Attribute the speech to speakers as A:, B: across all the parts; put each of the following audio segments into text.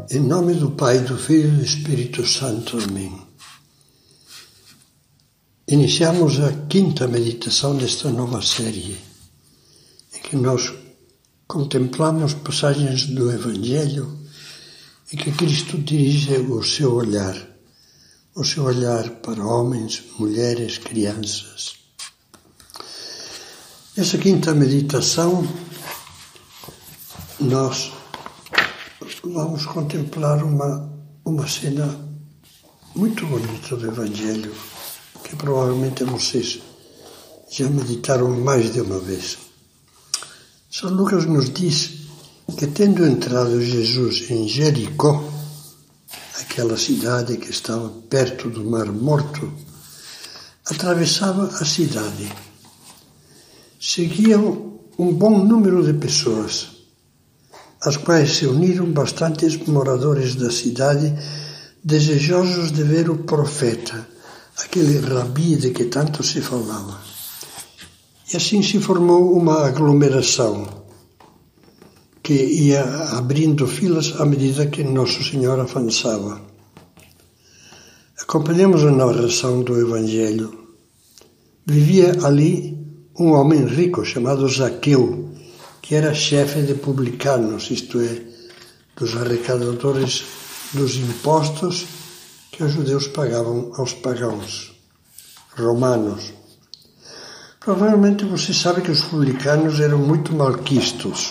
A: Em nome do Pai, do Filho e do Espírito Santo. Amém. Iniciamos a quinta meditação desta nova série, em que nós contemplamos passagens do Evangelho em que Cristo dirige o seu olhar para homens, mulheres, crianças. Nessa quinta meditação, nós vamos contemplar uma cena muito bonita do Evangelho, que provavelmente vocês já meditaram mais de uma vez. São Lucas nos diz que, tendo entrado Jesus em Jericó, aquela cidade que estava perto do Mar Morto, atravessava a cidade. Seguiam um bom número de pessoas, às quais se uniram bastantes moradores da cidade, desejosos de ver o profeta, aquele rabi de que tanto se falava. E assim se formou uma aglomeração que ia abrindo filas à medida que Nosso Senhor avançava. Acompanhamos a narração do Evangelho. Vivia ali um homem rico chamado Zaqueu, que era chefe de publicanos, isto é, dos arrecadadores dos impostos que os judeus pagavam aos pagãos romanos. Provavelmente você sabe que os publicanos eram muito malquistos.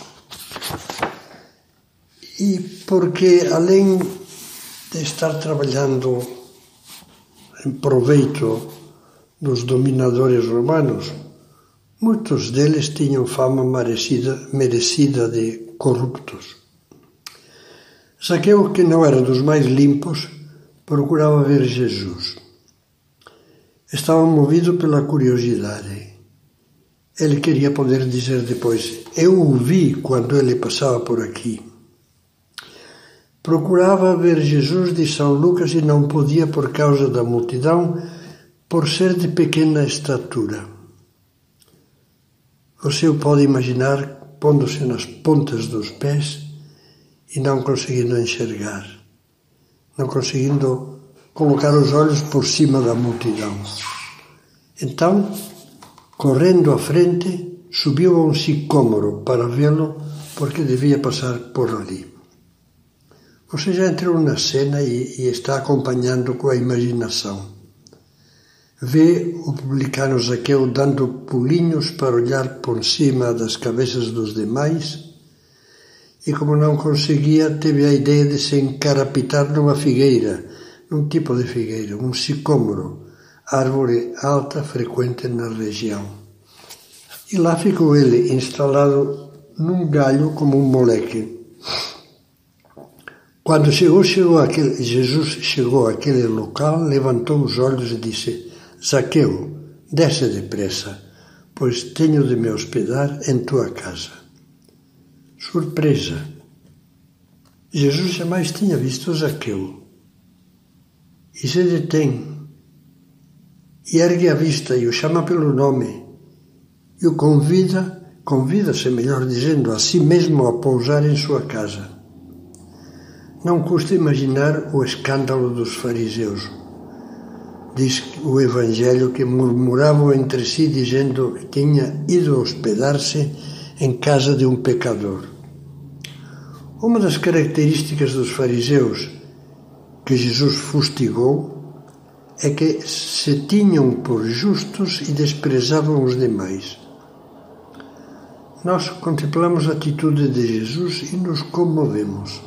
A: E porque, além de estar trabalhando em proveito dos dominadores romanos, muitos deles tinham fama merecida de corruptos. Zaqueu, que não era dos mais limpos, procurava ver Jesus. Estava movido pela curiosidade. Ele queria poder dizer depois: eu o vi quando ele passava por aqui. Procurava ver Jesus, de São Lucas, e não podia por causa da multidão, por ser de pequena estatura. Você o pode imaginar pondo-se nas pontas dos pés e não conseguindo enxergar, não conseguindo colocar os olhos por cima da multidão. Então, correndo à frente, subiu a um sicômoro para vê-lo, porque devia passar por ali. Você já entrou na cena e está acompanhando com a imaginação. Vê o publicano Zaqueu dando pulinhos para olhar por cima das cabeças dos demais e, como não conseguia, teve a ideia de se encarapitar numa figueira, num tipo de figueira, um sicômoro, árvore alta frequente na região. E lá ficou ele, instalado num galho como um moleque. Quando Jesus chegou àquele local, levantou os olhos e disse: Zaqueu, desce depressa, pois tenho de me hospedar em tua casa. Surpresa! Jesus jamais tinha visto Zaqueu. E se detém, e ergue a vista, e o chama pelo nome, e o convida-se, melhor dizendo, a si mesmo a pousar em sua casa. Não custa imaginar o escândalo dos fariseus. Diz o Evangelho que murmuravam entre si, dizendo que tinha ido hospedar-se em casa de um pecador. Uma das características dos fariseus que Jesus fustigou é que se tinham por justos e desprezavam os demais. Nós contemplamos a atitude de Jesus e nos comovemos.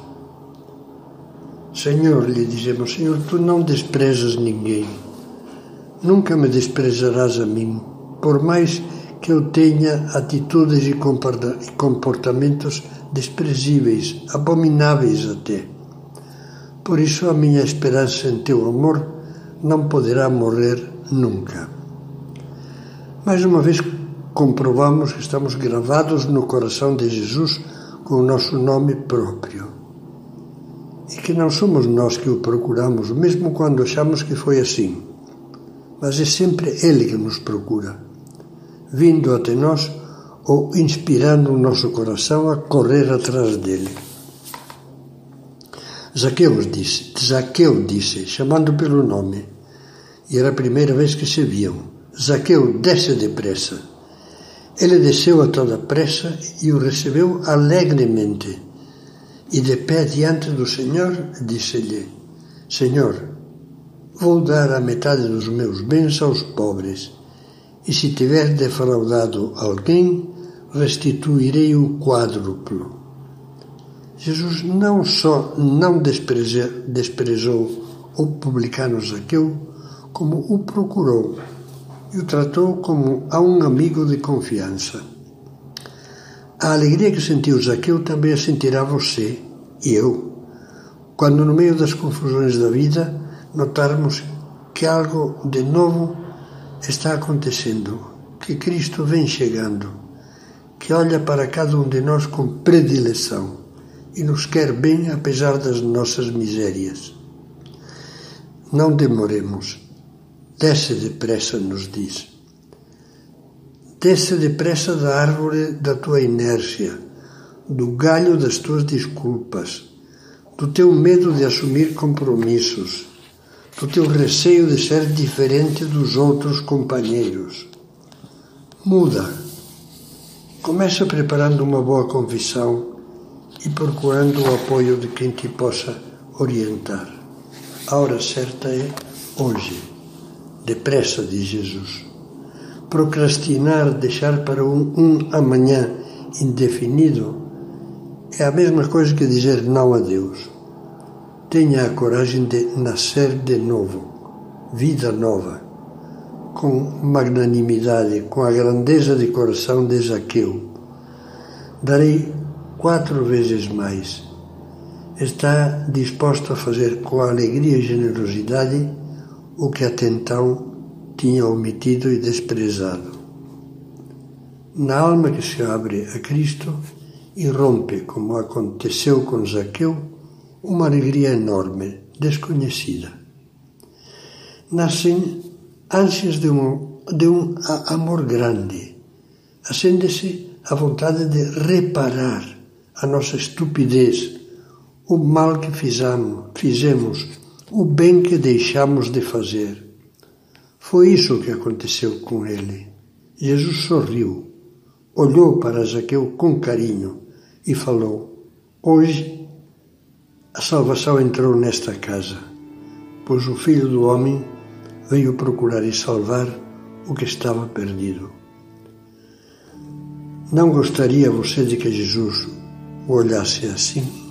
A: Senhor, lhe dizemos, Senhor, tu não desprezas ninguém. Nunca me desprezarás a mim, por mais que eu tenha atitudes e comportamentos desprezíveis, abomináveis até. Por isso a minha esperança em teu amor não poderá morrer nunca. Mais uma vez comprovamos que estamos gravados no coração de Jesus com o nosso nome próprio. E que não somos nós que o procuramos, mesmo quando achamos que foi assim. Mas é sempre Ele que nos procura, vindo até nós ou inspirando o nosso coração a correr atrás dele. Zaqueu disse, chamando pelo nome, e era a primeira vez que se viam. Zaqueu, desce depressa. Ele desceu a toda pressa e o recebeu alegremente. E de pé diante do Senhor, disse-lhe: Senhor, vou dar a metade dos meus bens aos pobres, e se tiver defraudado alguém, restituirei o quádruplo. Jesus não só não desprezou o publicano Zaqueu, como o procurou e o tratou como a um amigo de confiança. A alegria que sentiu Zaqueu também a sentirá você e eu, quando no meio das confusões da vida notarmos que algo de novo está acontecendo, que Cristo vem chegando, que olha para cada um de nós com predileção e nos quer bem apesar das nossas misérias. Não demoremos. Desce depressa, nos diz. Desce depressa da árvore da tua inércia, do galho das tuas desculpas, do teu medo de assumir compromissos, do teu receio de ser diferente dos outros companheiros. Muda. Começa preparando uma boa confissão e procurando o apoio de quem te possa orientar. A hora certa é hoje. Depressa, diz Jesus. Procrastinar, deixar para um amanhã indefinido, é a mesma coisa que dizer não a Deus. Tenha a coragem de nascer de novo, vida nova, com magnanimidade, com a grandeza de coração de Zaqueu. Darei 4 vezes mais. Está disposto a fazer com alegria e generosidade o que até então tinha omitido e desprezado. Na alma que se abre a Cristo, irrompe, como aconteceu com Zaqueu, uma alegria enorme, desconhecida. Nascem ânsias de um amor grande. Acende-se a vontade de reparar a nossa estupidez, o mal que fizemos, o bem que deixamos de fazer. Foi isso que aconteceu com ele. Jesus sorriu, olhou para Zaqueu com carinho e falou: hoje a salvação entrou nesta casa, pois o Filho do Homem veio procurar e salvar o que estava perdido. Não gostaria você de que Jesus o olhasse assim?